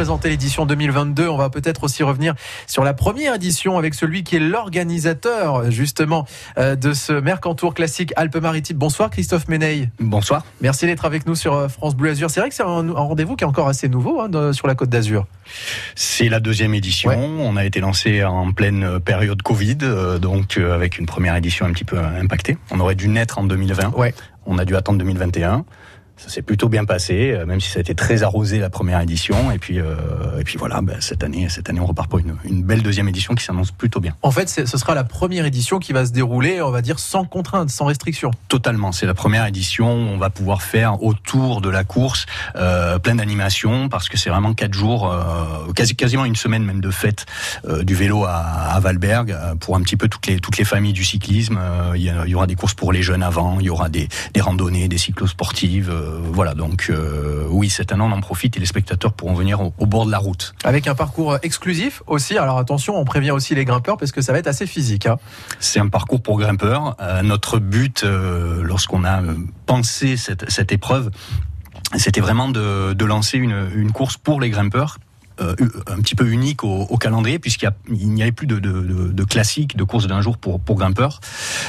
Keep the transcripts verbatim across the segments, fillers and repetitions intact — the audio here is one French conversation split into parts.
présenter l'édition deux mille vingt-deux. On va peut-être aussi revenir sur la première édition avec celui qui est l'organisateur justement de ce Mercantour Classique Alpes-Maritimes. Bonsoir Christophe Meneil. Bonsoir. Merci d'être avec nous sur France Bleu Azur. C'est vrai que c'est un, un rendez-vous qui est encore assez nouveau hein, de, sur la Côte d'Azur. C'est la deuxième édition. Ouais. On a été lancé en pleine période Covid, euh, donc euh, avec une première édition un petit peu impactée. On aurait dû naître en deux mille vingt. Ouais. On a dû attendre deux mille vingt et un. Ça s'est plutôt bien passé, même si ça a été très arrosé la première édition. Et puis, euh, et puis voilà, ben, cette année, cette année, on repart pour une, une belle deuxième édition qui s'annonce plutôt bien. En fait, ce sera la première édition qui va se dérouler, on va dire, sans contraintes, sans restrictions. Totalement. C'est la première édition où on va pouvoir faire autour de la course euh, plein d'animations, parce que c'est vraiment quatre jours, euh, quasi, quasiment une semaine même de fête euh, du vélo à, à Valberg, euh, pour un petit peu toutes les, toutes les familles du cyclisme. Euh, il, y a, il y aura des courses pour les jeunes avant, il y aura des, des randonnées, des cyclosportives. Euh, Voilà, donc euh, oui, cette année on en profite et les spectateurs pourront venir au, au bord de la route. Avec un parcours exclusif aussi, alors attention, on prévient aussi les grimpeurs parce que ça va être assez physique. Hein. C'est un parcours pour grimpeurs. Euh, notre but, euh, lorsqu'on a pensé cette, cette épreuve, c'était vraiment de, de lancer une, une course pour les grimpeurs. Euh, un petit peu unique au, au calendrier, puisqu'il n'y avait plus de, de, de, de classiques, de courses d'un jour pour, pour grimpeurs.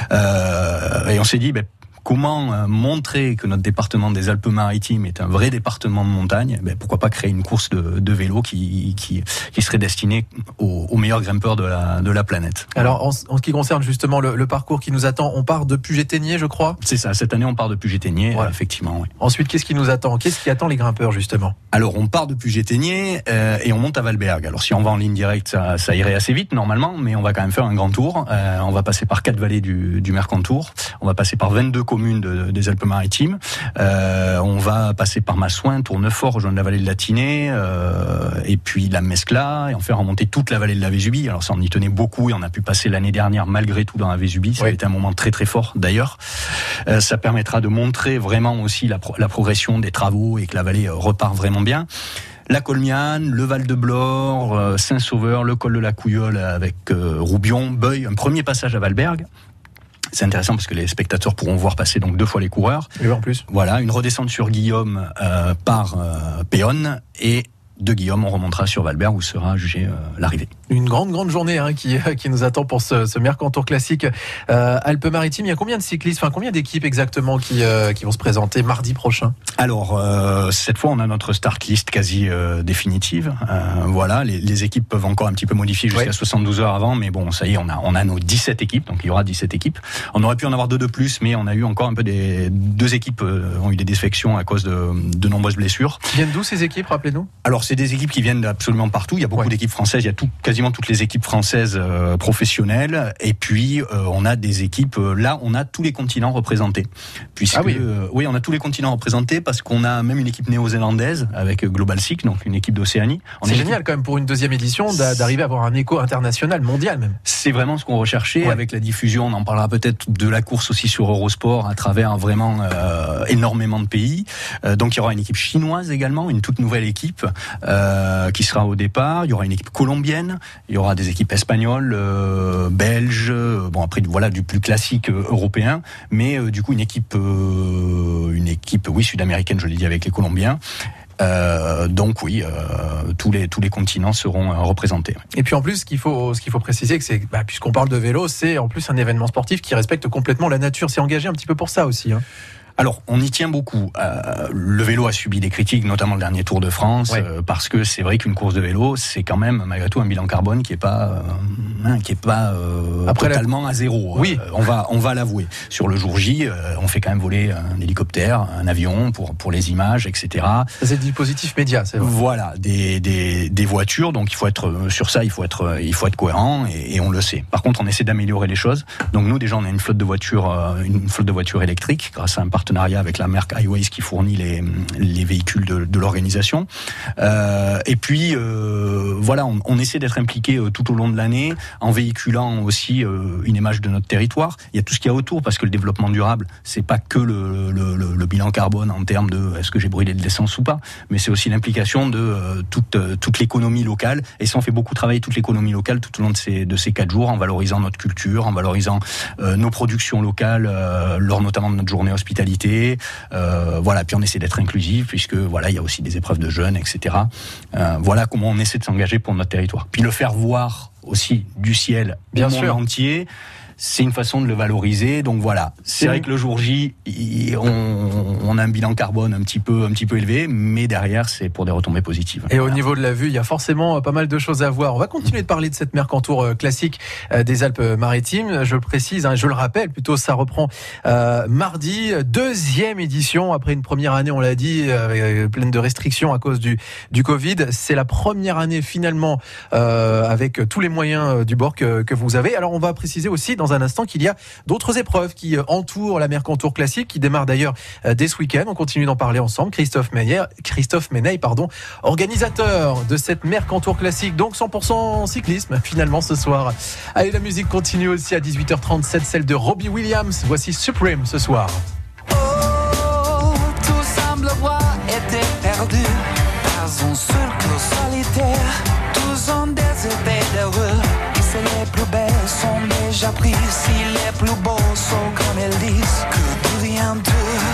Euh, et on s'est dit, ben, comment montrer que notre département des Alpes-Maritimes est un vrai département de montagne? Ben, pourquoi pas créer une course de, de vélo qui, qui, qui serait destinée aux, aux meilleurs grimpeurs de la, de la planète. Alors, en, en ce qui concerne justement le, le parcours qui nous attend, on part de Puget-Théniers, je crois. C'est ça, cette année on part de Puget-Théniers, voilà. Effectivement. Oui. Ensuite, qu'est-ce qui nous attend? Qu'est-ce qui attend les grimpeurs justement? Alors, on part de Puget-Théniers euh, et on monte à Valberg. Alors, si on va en ligne directe, ça, ça irait assez vite normalement, mais on va quand même faire un grand tour. Euh, on va passer par quatre vallées du, du Mercantour. On va passer par vingt-deux communes de, des Alpes-Maritimes. Euh, on va passer par Massouin, Tournefort, rejoindre la vallée de la Tinée, euh, et puis la Mescla, et en faire remonter toute la vallée de la Vésubie. Alors ça, on y tenait beaucoup, et on a pu passer l'année dernière malgré tout dans la Vésubie. Ça oui. a été un moment très très fort d'ailleurs. Euh, ça permettra de montrer vraiment aussi la, pro- la progression des travaux et que la vallée repart vraiment bien. La Colmiane, le Val de Blore, euh, Saint-Sauveur, le col de la Couilleule avec euh, Roubion, Beuil, un premier passage à Valberg. C'est intéressant parce que les spectateurs pourront voir passer donc deux fois les coureurs. Et en plus. Voilà, une redescente sur Guillaume euh, par euh, Péonne, et de Guillaume on remontera sur Valberg où sera jugée euh, l'arrivée. Une grande grande journée hein, qui qui nous attend pour ce, ce Mercantour Classique euh, Alpes-Maritimes. Il y a combien de cyclistes, enfin combien d'équipes exactement qui euh, qui vont se présenter mardi prochain? Alors euh, cette fois on a notre start list quasi euh, définitive. Euh, voilà, les, les équipes peuvent encore un petit peu modifier jusqu'à ouais. soixante-douze heures avant, mais bon ça y est, on a on a nos dix-sept équipes, donc il y aura dix-sept équipes. On aurait pu en avoir deux de plus, mais on a eu encore un peu des deux équipes euh, ont eu des défections à cause de de nombreuses blessures. Qui viennent d'où ces équipes, rappelez-nous? Alors c'est des équipes qui viennent absolument partout. Il y a beaucoup ouais. d'équipes françaises. Il y a tout, quasiment toutes les équipes françaises euh, professionnelles. Et puis euh, on a des équipes. Euh, là, on a tous les continents représentés. Puisque ah oui. Euh, oui, on a tous les continents représentés parce qu'on a même une équipe néo-zélandaise avec Global Cyc, donc une équipe d'Océanie. On c'est génial équipe... quand même pour une deuxième édition d'arriver à avoir un écho international, mondial même. C'est vraiment ce qu'on recherchait ouais. avec la diffusion. On en parlera peut-être de la course aussi sur Eurosport à travers vraiment euh, énormément de pays. Euh, donc il y aura une équipe chinoise également, une toute nouvelle équipe. Euh, qui sera au départ. Il y aura une équipe colombienne, il y aura des équipes espagnoles, euh, belges, euh, bon après voilà du plus classique euh, européen, mais euh, du coup une équipe, euh, une équipe oui sud-américaine, je l'ai dit avec les Colombiens. Euh, donc oui, euh, tous les tous les continents seront euh, représentés. Et puis en plus, ce qu'il faut ce qu'il faut préciser, que c'est bah, puisqu'on parle de vélo, c'est en plus un événement sportif qui respecte complètement la nature. C'est engagé un petit peu pour ça aussi. Hein. Alors, on y tient beaucoup. Euh, le vélo a subi des critiques, notamment le dernier Tour de France, ouais. euh, parce que c'est vrai qu'une course de vélo, c'est quand même malgré tout un bilan carbone qui est pas, euh, hein, qui est pas euh, Après totalement la... à zéro. Oui, euh, on va, on va l'avouer. Sur le jour J, euh, on fait quand même voler un hélicoptère, un avion pour pour les images, et cetera. C'est du dispositif média, c'est vrai. Voilà, des des des voitures. Donc il faut être sur ça, il faut être il faut être cohérent et, et on le sait. Par contre, on essaie d'améliorer les choses. Donc nous déjà, on a une flotte de voitures, euh, une flotte de voitures électriques grâce à un partenariat avec la marque iWays qui fournit les, les véhicules de, de l'organisation. Euh, et puis, euh, voilà, on, on essaie d'être impliqué euh, tout au long de l'année en véhiculant aussi euh, une image de notre territoire. Il y a tout ce qu'il y a autour parce que le développement durable, c'est pas que le, le, le, le bilan carbone en termes de est-ce que j'ai brûlé de l'essence ou pas, mais c'est aussi l'implication de euh, toute, euh, toute l'économie locale. Et ça, on fait beaucoup travailler toute l'économie locale tout au long de ces, de ces quatre jours en valorisant notre culture, en valorisant euh, nos productions locales, euh, lors notamment de notre journée hospitalière qualité. Euh, voilà, puis on essaie d'être inclusif puisque voilà, il y a aussi des épreuves de jeunes, et cetera. Euh, voilà comment on essaie de s'engager pour notre territoire. Puis le faire voir aussi du ciel Bien au monde sûr. entier. C'est une façon de le valoriser, donc voilà. C'est vrai que le jour J, on, on a un bilan carbone un petit peu, un petit peu élevé, mais derrière, c'est pour des retombées positives. Et voilà. au niveau de la vue, il y a forcément pas mal de choses à voir. On va continuer de parler de cette Mercantour classique des Alpes-Maritimes. Je le précise, hein, je le rappelle, plutôt ça reprend euh, mardi, deuxième édition après une première année, on l'a dit, euh, pleine de restrictions à cause du du Covid. C'est la première année finalement euh, avec tous les moyens du bord que, que vous avez. Alors on va préciser aussi dans un instant qu'il y a d'autres épreuves qui entourent la Mercantour classique, qui démarre d'ailleurs dès ce week-end. On continue d'en parler ensemble. Christophe Meyer, Christophe Meneil, pardon, organisateur de cette Mercantour classique, donc cent pour cent cyclisme finalement ce soir. Allez, la musique continue aussi à dix-huit heures trente-sept, celle de Robbie Williams. Voici Supreme ce soir. Oh, tout semble avoir été perdu. Pas un seul clos solitaire. Tous ont des idées d'heureux. Et les plus belles sont déjà prises. Si les plus beaux sont comme elles disent, que tout vient d'eux.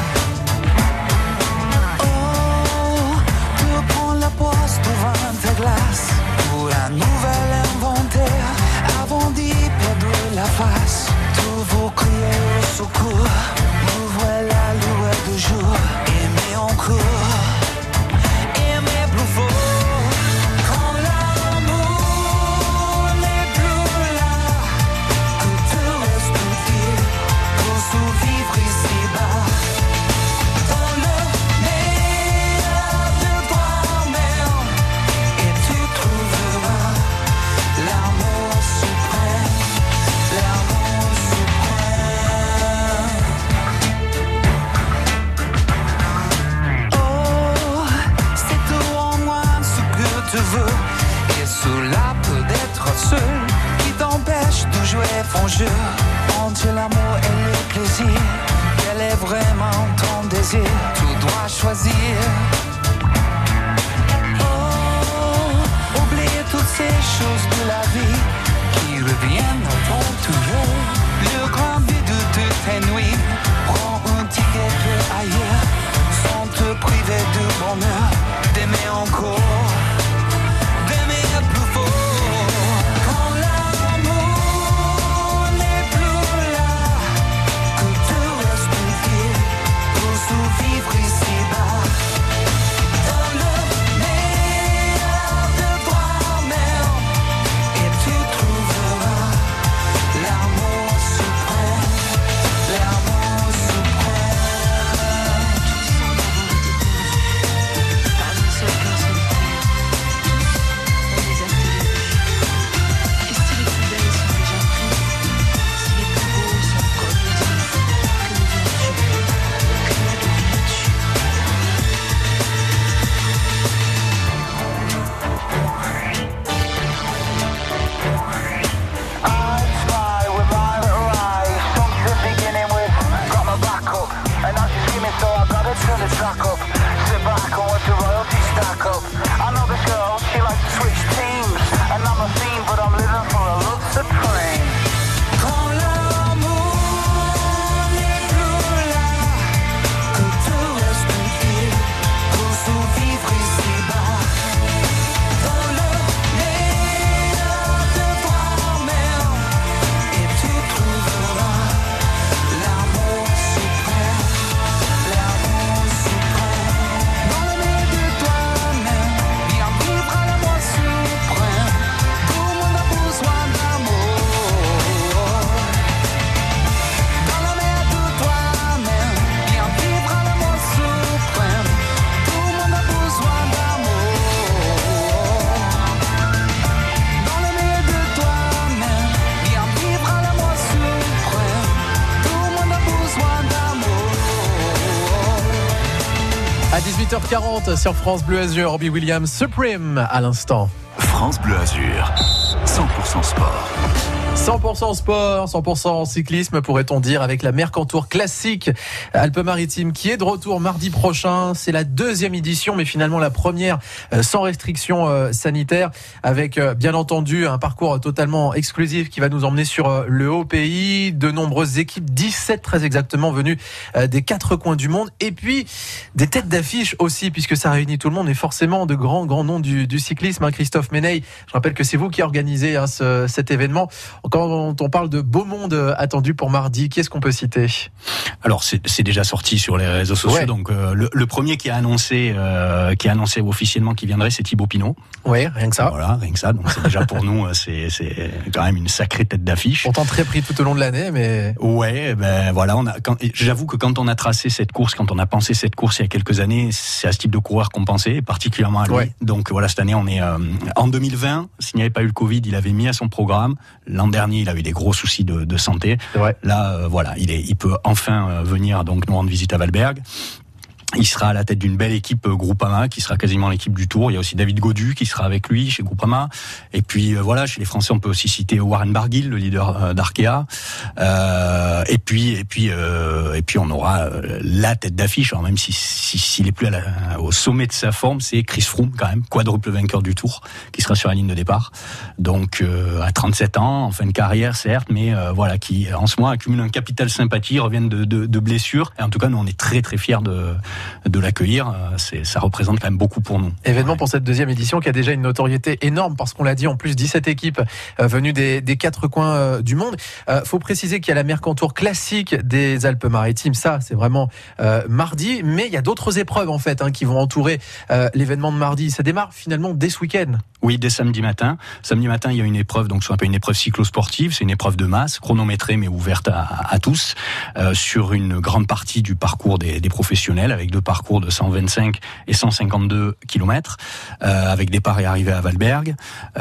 Oh, tu prends la pause devant ta glace pour un nouvel inventaire. Avant d'y perdre la face, tout vous criez au secours. Vous voilà la lueur du jour. Aimez encore, aimez plus fort. Et cela peut être seul qui t'empêche de jouer ton jeu entre l'amour et le plaisir. Quel est vraiment ton désir? Tu dois choisir. Oh, oubliez toutes ces choses de la vie qui reviennent au fond toujours. Le grand vide de tes nuits. Prends un ticket peu ailleurs sans te priver de bonheur. D'aimer encore. À dix-huit heures quarante sur France Bleu Azur, Robbie Williams, Supreme à l'instant. France Bleu Azur, cent pour cent sport. cent pour cent sport, cent pour cent cyclisme, pourrait-on dire, avec la Mercantour Classique Alpes-Maritimes qui est de retour mardi prochain. C'est la deuxième édition, mais finalement la première euh, sans restriction euh, sanitaire, avec euh, bien entendu un parcours totalement exclusif qui va nous emmener sur euh, le haut pays. De nombreuses équipes, dix-sept très exactement, venues euh, des quatre coins du monde, et puis des têtes d'affiche aussi, puisque ça réunit tout le monde, et forcément de grands grands noms du, du cyclisme. Hein. Christophe Meney, je rappelle que c'est vous qui organisez hein, ce, cet événement. Quand on parle de beau monde attendu pour mardi, qui est-ce qu'on peut citer ? Alors c'est, c'est déjà sorti sur les réseaux sociaux. Ouais. Donc euh, le, le premier qui a annoncé, euh, qui a annoncé officiellement qu'il viendrait, c'est Thibaut Pinot. Oui, rien que ça. Voilà, rien que ça. Donc c'est déjà pour nous, c'est, c'est quand même une sacrée tête d'affiche. Pourtant très pris tout au long de l'année, mais. Ouais, ben voilà. On a. Quand, j'avoue que quand on a tracé cette course, quand on a pensé cette course il y a quelques années, c'est à ce type de coureur qu'on pensait, particulièrement à lui. Ouais. Donc voilà, cette année on est euh, en deux mille vingt. S'il n'y avait pas eu le Covid, il avait mis à son programme. L'an dernier, il a eu des gros soucis de, de santé. Là, euh, voilà, il est, il peut enfin euh, venir donc nous rendre visite à Valberg. Il sera à la tête d'une belle équipe euh, Groupama, qui sera quasiment l'équipe du Tour. Il y a aussi David Gaudu qui sera avec lui chez Groupama. Et puis euh, voilà, chez les Français, on peut aussi citer Warren Barguil, le leader euh, d'Arkea. Euh, et puis et puis euh, et puis on aura euh, la tête d'affiche. Alors même si, si s'il est plus à la, au sommet de sa forme, c'est Chris Froome quand même, quadruple vainqueur du Tour, qui sera sur la ligne de départ. Donc euh, à trente-sept ans, en fin de carrière certes, mais euh, voilà, qui en ce moment accumule un capital sympathie, reviennent de, de, de blessures. Et en tout cas, nous on est très très fiers de de l'accueillir. C'est, ça représente quand même beaucoup pour nous. Événement ouais. Pour cette deuxième édition qui a déjà une notoriété énorme, parce qu'on l'a dit, en plus dix-sept équipes euh, venues des, des quatre coins euh, du monde. Euh, faut préciser qu'il y a la Mercantour Classique des Alpes-Maritimes, ça c'est vraiment euh, mardi, mais il y a d'autres épreuves en fait hein, qui vont entourer euh, l'événement de mardi. Ça démarre finalement dès ce week-end. Oui, dès samedi matin. Samedi matin, il y a une épreuve, donc ce qu'on appelle une épreuve cyclosportive, c'est une épreuve de masse, chronométrée mais ouverte à, à tous, euh, sur une grande partie du parcours des, des professionnels, avec deux parcours de cent vingt-cinq et cent cinquante-deux kilomètres, euh, avec départ et arrivée à Valberg.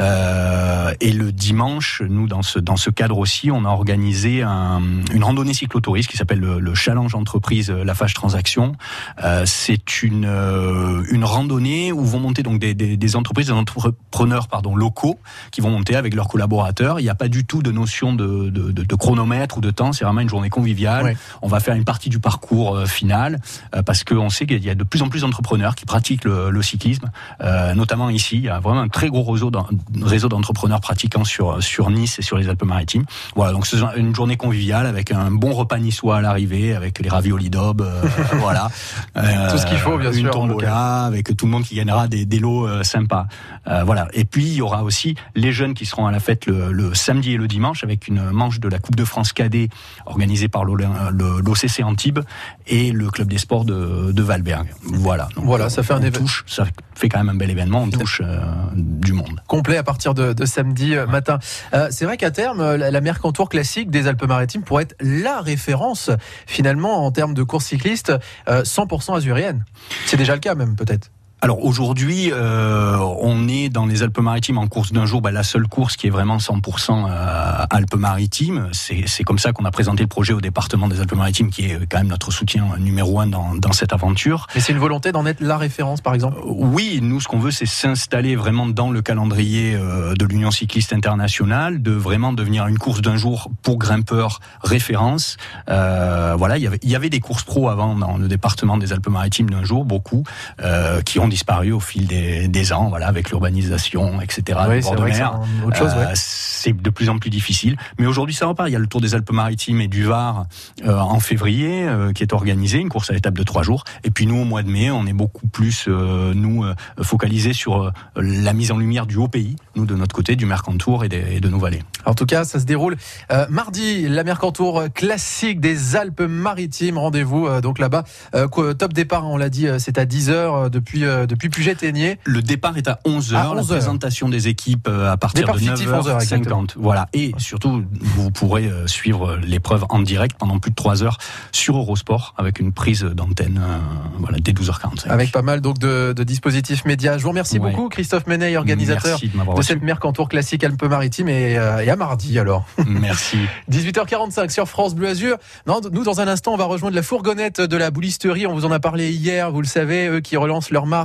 Euh, et le dimanche, nous, dans ce, dans ce cadre aussi, on a organisé un, une randonnée cyclotourisme qui s'appelle le, le Challenge Entreprise Lafarge Transaction. Euh, c'est une, euh, une randonnée où vont monter donc des, des, des entreprises, des entrepreneurs pardon, locaux qui vont monter avec leurs collaborateurs. Il n'y a pas du tout de notion de, de, de, de chronomètre ou de temps, c'est vraiment une journée conviviale. Ouais. On va faire une partie du parcours euh, final euh, parce qu'on sait qu'il y a de plus en plus d'entrepreneurs qui pratiquent le, le cyclisme, euh, notamment ici. Il y a vraiment un très gros réseau, réseau d'entrepreneurs pratiquants sur, sur Nice et sur les Alpes-Maritimes. Voilà, donc c'est une journée conviviale avec un bon repas niçois à l'arrivée, avec les raviolis d'aube, euh, voilà. Euh, tout ce qu'il faut, bien une sûr. Une tombola, avec tout le monde qui gagnera des, des lots euh, sympas. Euh, voilà. Et puis, il y aura aussi les jeunes qui seront à la fête le, le samedi et le dimanche, avec une manche de la Coupe de France cadet organisée par l'O C C Antibes et le Club des Sports de, de Valberg. Voilà. Donc, voilà, ça fait un événement. Ça fait quand même un bel événement. On touche euh, du monde. Complet à partir de, de samedi ouais. matin. Euh, c'est vrai qu'à terme, la, la Mercantour Classique des Alpes-Maritimes pourrait être la référence finalement en termes de course cycliste euh, cent pour cent azurienne. C'est déjà le cas même peut-être. Alors aujourd'hui, euh, on est dans les Alpes-Maritimes en course d'un jour, bah, la seule course qui est vraiment cent pour cent euh, Alpes-Maritimes. C'est, c'est comme ça qu'on a présenté le projet au département des Alpes-Maritimes, qui est quand même notre soutien numéro un dans, dans cette aventure. Mais c'est une volonté d'en être la référence, par exemple ? euh, Oui, nous, ce qu'on veut, c'est s'installer vraiment dans le calendrier euh, de l'Union cycliste internationale, de vraiment devenir une course d'un jour pour grimpeurs référence. Euh, voilà, il y avait, il y avait des courses pro avant dans le département des Alpes-Maritimes d'un jour, beaucoup, euh, qui ont disparu au fil des, des ans, voilà, avec l'urbanisation, et cetera. Oui, c'est vrai que c'est autre chose, euh, ouais. C'est de plus en plus difficile. Mais aujourd'hui, ça repart. Il y a le Tour des Alpes-Maritimes et du Var euh, en février, euh, qui est organisé, une course à l'étape de trois jours. Et puis nous, au mois de mai, on est beaucoup plus, euh, nous, euh, focalisés sur euh, la mise en lumière du haut pays, nous, de notre côté, du Mercantour et, des, et de nos vallées. En tout cas, ça se déroule euh, mardi, la Mercantour Classique des Alpes-Maritimes. Rendez-vous euh, donc là-bas. Euh, top départ, on l'a dit, c'est à dix heures euh, depuis euh, depuis Puget-Ténier. Le départ est à onze heures, la présentation des équipes à partir départ de neuf heures cinquante. Voilà. Et surtout, vous pourrez suivre l'épreuve en direct pendant plus de trois heures sur Eurosport avec une prise d'antenne euh, voilà, dès douze heures quarante-cinq. Avec pas mal donc de, de dispositifs médias. Je vous remercie ouais. beaucoup, Christophe Meney, organisateur de, de cette Mercantour Classique Alpes-Maritimes, et, euh, et à mardi alors. Merci. dix-huit heures quarante-cinq sur France Bleu Azur. Non, nous, dans un instant, on va rejoindre la fourgonnette de la boulisterie. On vous en a parlé hier, vous le savez, eux qui relancent leur marque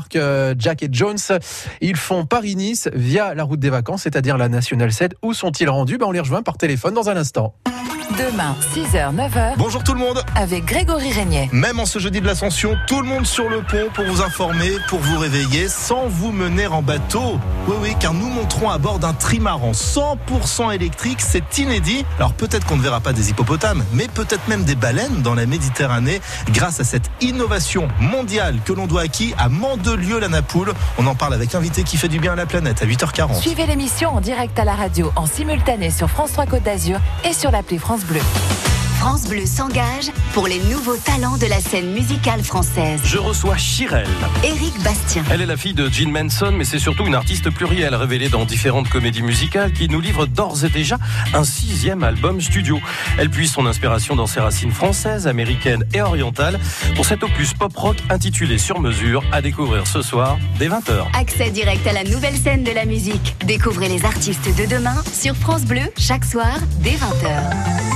marque euh, Jack et Jones. Ils font Paris-Nice via la route des vacances, c'est-à-dire la Nationale sept. Où sont-ils rendus? Ben, on les rejoint par téléphone dans un instant. Demain, six heures, neuf heures. Bonjour tout le monde. Avec Grégory Régnier. Même en ce jeudi de l'Ascension, tout le monde sur le pont pour vous informer, pour vous réveiller, sans vous mener en bateau. Oui, oui, car nous monterons à bord d'un trimaran cent pour cent électrique, c'est inédit. Alors peut-être qu'on ne verra pas des hippopotames, mais peut-être même des baleines dans la Méditerranée, grâce à cette innovation mondiale que l'on doit à qui? À Mandelieu-la-Napoule. On en parle avec l'invité qui fait du bien à la planète à huit heures quarante. Suivez l'émission en direct à la radio, en simultané sur France trois Côte d'Azur et sur l'appli France Bleu. France Bleu s'engage pour les nouveaux talents de la scène musicale française. Je reçois Chirelle. Éric Bastien. Elle est la fille de Gene Manson, mais c'est surtout une artiste plurielle révélée dans différentes comédies musicales qui nous livre d'ores et déjà un sixième album studio. Elle puise son inspiration dans ses racines françaises, américaines et orientales pour cet opus pop-rock intitulé Sur mesure, à découvrir ce soir dès vingt heures. Accès direct à la nouvelle scène de la musique. Découvrez les artistes de demain sur France Bleu chaque soir dès vingt heures.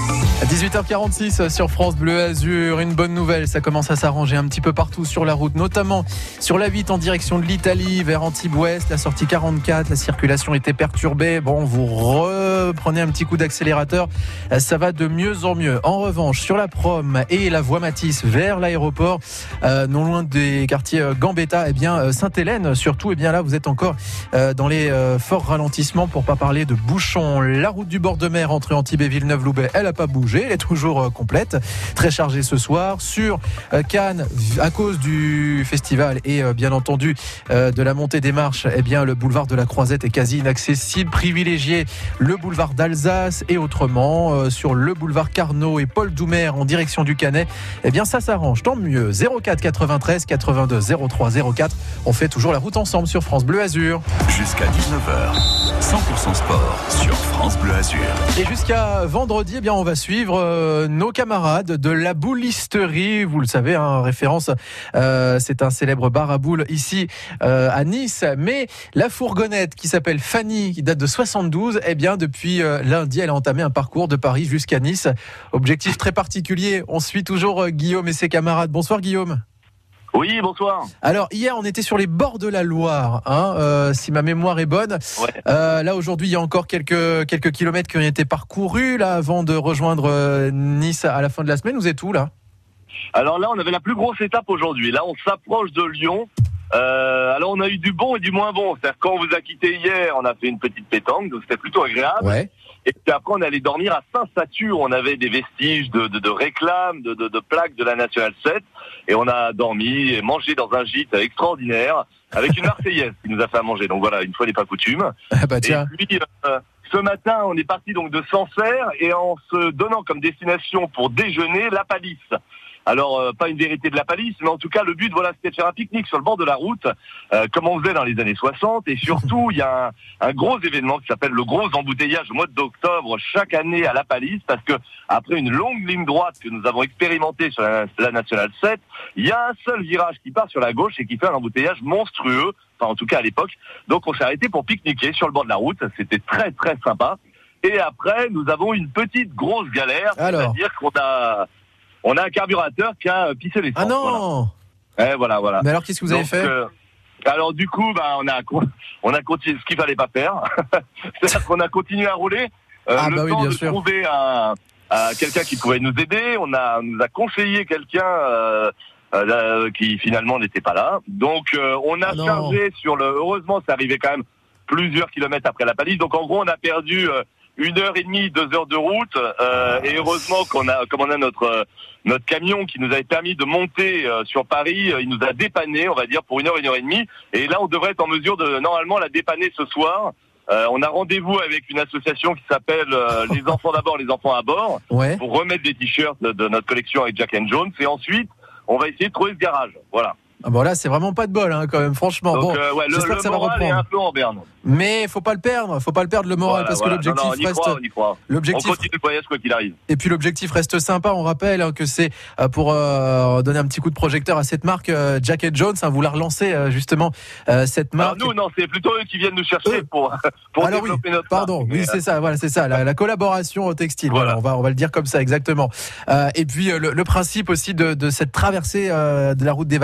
À dix-huit heures quarante-six sur France Bleu Azur, une bonne nouvelle, ça commence à s'arranger un petit peu partout sur la route, notamment sur la huit en direction de l'Italie vers Antibes-Ouest, la sortie quarante-quatre, la circulation était perturbée. Bon, vous reprenez un petit coup d'accélérateur, ça va de mieux en mieux. En revanche, sur la Prom et la voie Matisse vers l'aéroport, euh, non loin des quartiers Gambetta, eh bien Sainte-Hélène surtout, eh bien là vous êtes encore euh, dans les euh, forts ralentissements, pour pas parler de bouchons. La route du bord de mer entre Antibes et Villeneuve-Loubet, elle a pas bougé. Elle est toujours complète, très chargée ce soir. Sur Cannes, à cause du festival et bien entendu de la montée des marches, eh bien le boulevard de la Croisette est quasi inaccessible. Privilégiez le boulevard d'Alsace et autrement sur le boulevard Carnot et Paul Doumer en direction du Canet. Eh bien ça s'arrange, tant mieux. zéro quatre quatre-vingt-treize quatre-vingt-deux zéro trois zéro quatre. On fait toujours la route ensemble sur France Bleu Azur. Jusqu'à dix-neuf heures, cent pour cent sport sur France Bleu Azur. Et jusqu'à vendredi, eh bien on va suivre Euh, nos camarades de la boulisterie, vous le savez, hein, référence, euh, c'est un célèbre bar à boules ici euh, à Nice, mais la fourgonnette qui s'appelle Fanny, qui date de soixante-douze, eh bien depuis euh, lundi, elle a entamé un parcours de Paris jusqu'à Nice. Objectif très particulier, on suit toujours euh, Guillaume et ses camarades. Bonsoir Guillaume. Oui, bonsoir. Alors hier on était sur les bords de la Loire, hein, euh, si ma mémoire est bonne. Ouais. Euh, là aujourd'hui il y a encore quelques quelques kilomètres qui ont été parcourus là avant de rejoindre euh, Nice à la fin de la semaine. Vous êtes où là? Alors là on avait la plus grosse étape aujourd'hui. Là on s'approche de Lyon. Euh, alors on a eu du bon et du moins bon. C'est-à-dire quand on vous a quitté hier, on a fait une petite pétanque, donc c'était plutôt agréable. Ouais. Et puis après on allait dormir à Saint-Satu, où on avait des vestiges de, de, de réclames, de, de, de plaques de la Nationale sept. Et on a dormi et mangé dans un gîte extraordinaire avec une Marseillaise qui nous a fait à manger. Donc voilà, une fois n'est pas coutume. Ah bah tiens. Et puis euh, ce matin on est parti donc de Sancerre et en se donnant comme destination pour déjeuner la Palisse. Alors, euh, pas une vérité de la palisse, mais en tout cas, le but, voilà, c'était de faire un pique-nique sur le bord de la route, euh, comme on faisait dans les années soixante. Et surtout, il y a un, un gros événement qui s'appelle le gros embouteillage au mois d'octobre chaque année à la Palisse, parce que après une longue ligne droite que nous avons expérimentée sur la, la Nationale sept, il y a un seul virage qui part sur la gauche et qui fait un embouteillage monstrueux, enfin en tout cas à l'époque. Donc, on s'est arrêté pour pique-niquer sur le bord de la route. C'était très, très sympa. Et après, nous avons une petite grosse galère, Alors. c'est-à-dire qu'on a... On a un carburateur qui a pissé l'essence. Ah non. Voilà. Et voilà, voilà. Mais alors qu'est-ce que vous avez Donc, fait euh, Alors du coup, bah, on a on a continué ce qu'il fallait pas faire. C'est-à-dire qu'on a continué à rouler. Euh, Ah le bah oui, temps bien de sûr. trouver un, un- quelqu'un qui pouvait nous aider. On a on nous a conseillé quelqu'un euh, euh, qui finalement n'était pas là. Donc euh, on a Ah non. chargé sur le. Heureusement, ça arrivait quand même plusieurs kilomètres après la Palisse. Donc en gros, on a perdu euh, une heure et demie, deux heures de route. Euh, et heureusement qu'on a, comme on a notre euh, notre camion qui nous avait permis de monter euh, sur Paris, euh, il nous a dépanné, on va dire, pour une heure, une heure et demie. Et là, on devrait être en mesure de normalement la dépanner ce soir. Euh, on a rendez-vous avec une association qui s'appelle euh, Les Enfants d'abord, les Enfants à bord, Ouais. pour remettre des t-shirts de, de notre collection avec Jack and Jones. Et ensuite, on va essayer de trouver ce garage. Voilà. Ah bon là c'est vraiment pas de bol hein, quand même franchement. Donc, Bon, euh, ouais, le, j'espère le que ça va moral est reprendre. un peu en berne. Mais faut pas le perdre, faut pas le perdre le moral Voilà, parce voilà. que l'objectif Non, non, on y reste croit, on y croit. On l'objectif continue le voyage quoi qu'il arrive. et puis l'objectif reste sympa. On rappelle hein, que c'est euh, pour euh, donner un petit coup de projecteur à cette marque euh, Jack and Jones. Hein, vous la relancez euh, justement euh, cette Alors marque. nous, non, c'est plutôt eux qui viennent nous chercher Eux. pour, pour Alors oui, développer notre pardon, marque. oui Mais, c'est ça, voilà c'est ça, la, la collaboration au textile. Voilà. Voilà. on va on va le dire comme ça exactement. Euh, et puis euh, le, le principe aussi de, de cette traversée euh, de la route des vacances parisiennes.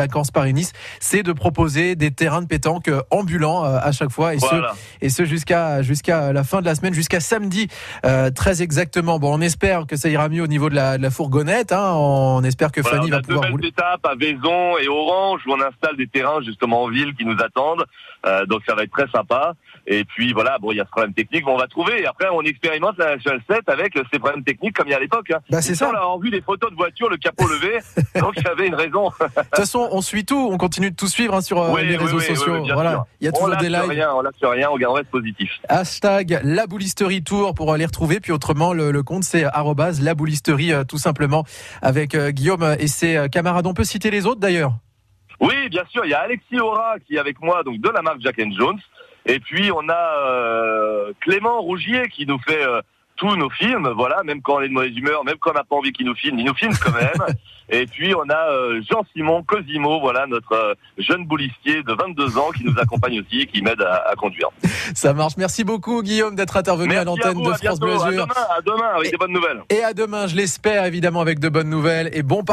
Paris-Nice, c'est de proposer des terrains de pétanque ambulants à chaque fois, et Voilà. ce, et ce jusqu'à, jusqu'à la fin de la semaine, jusqu'à samedi, euh, très exactement. Bon, on espère que ça ira mieux au niveau de la, de la fourgonnette, hein. On espère que Voilà, Fanny on va a deux pouvoir belles rouler. étapes à Vaison et Orange où on installe des terrains justement en ville qui nous attendent. Euh, donc ça va être très sympa. Et puis voilà, bon, il y a ce problème technique, mais on va trouver. Et après, on expérimente la National sept avec ces problèmes techniques comme il y a à l'époque. Hein. Bah, c'est ça. On a vu des photos de voitures, le capot levé. Donc il y avait une raison. De toute façon, on suit tout, on continue de tout suivre, hein, sur euh, Oui, les oui, réseaux oui, sociaux. oui, bien voilà, sûr. il y a On toujours des lâche lives. rien, on lâche rien, on reste positif. Hashtag la boulisterie tour pour les retrouver. Puis autrement, le, le compte c'est arrobase la boulisterie, euh, tout simplement, avec euh, Guillaume et ses euh, camarades. On peut citer les autres d'ailleurs. Oui, bien sûr, il y a Alexis Aura qui est avec moi, donc de la marque Jack and Jones. Et puis on a euh, Clément Rougier qui nous fait euh, tous nos films, voilà, même quand on est de mauvaise humeur, même quand on n'a pas envie qu'il nous filme, il nous filme quand même. Et puis on a euh, Jean-Simon Cosimo, voilà, notre euh, jeune boulistier de vingt-deux ans qui nous accompagne aussi et qui m'aide à, à conduire. Ça marche. Merci beaucoup Guillaume d'être intervenu Merci à l'antenne vous, de à France bientôt, Bleu à Azur. demain, à demain avec Et, des bonnes nouvelles. et à demain, je l'espère, évidemment, avec de bonnes nouvelles. Et bon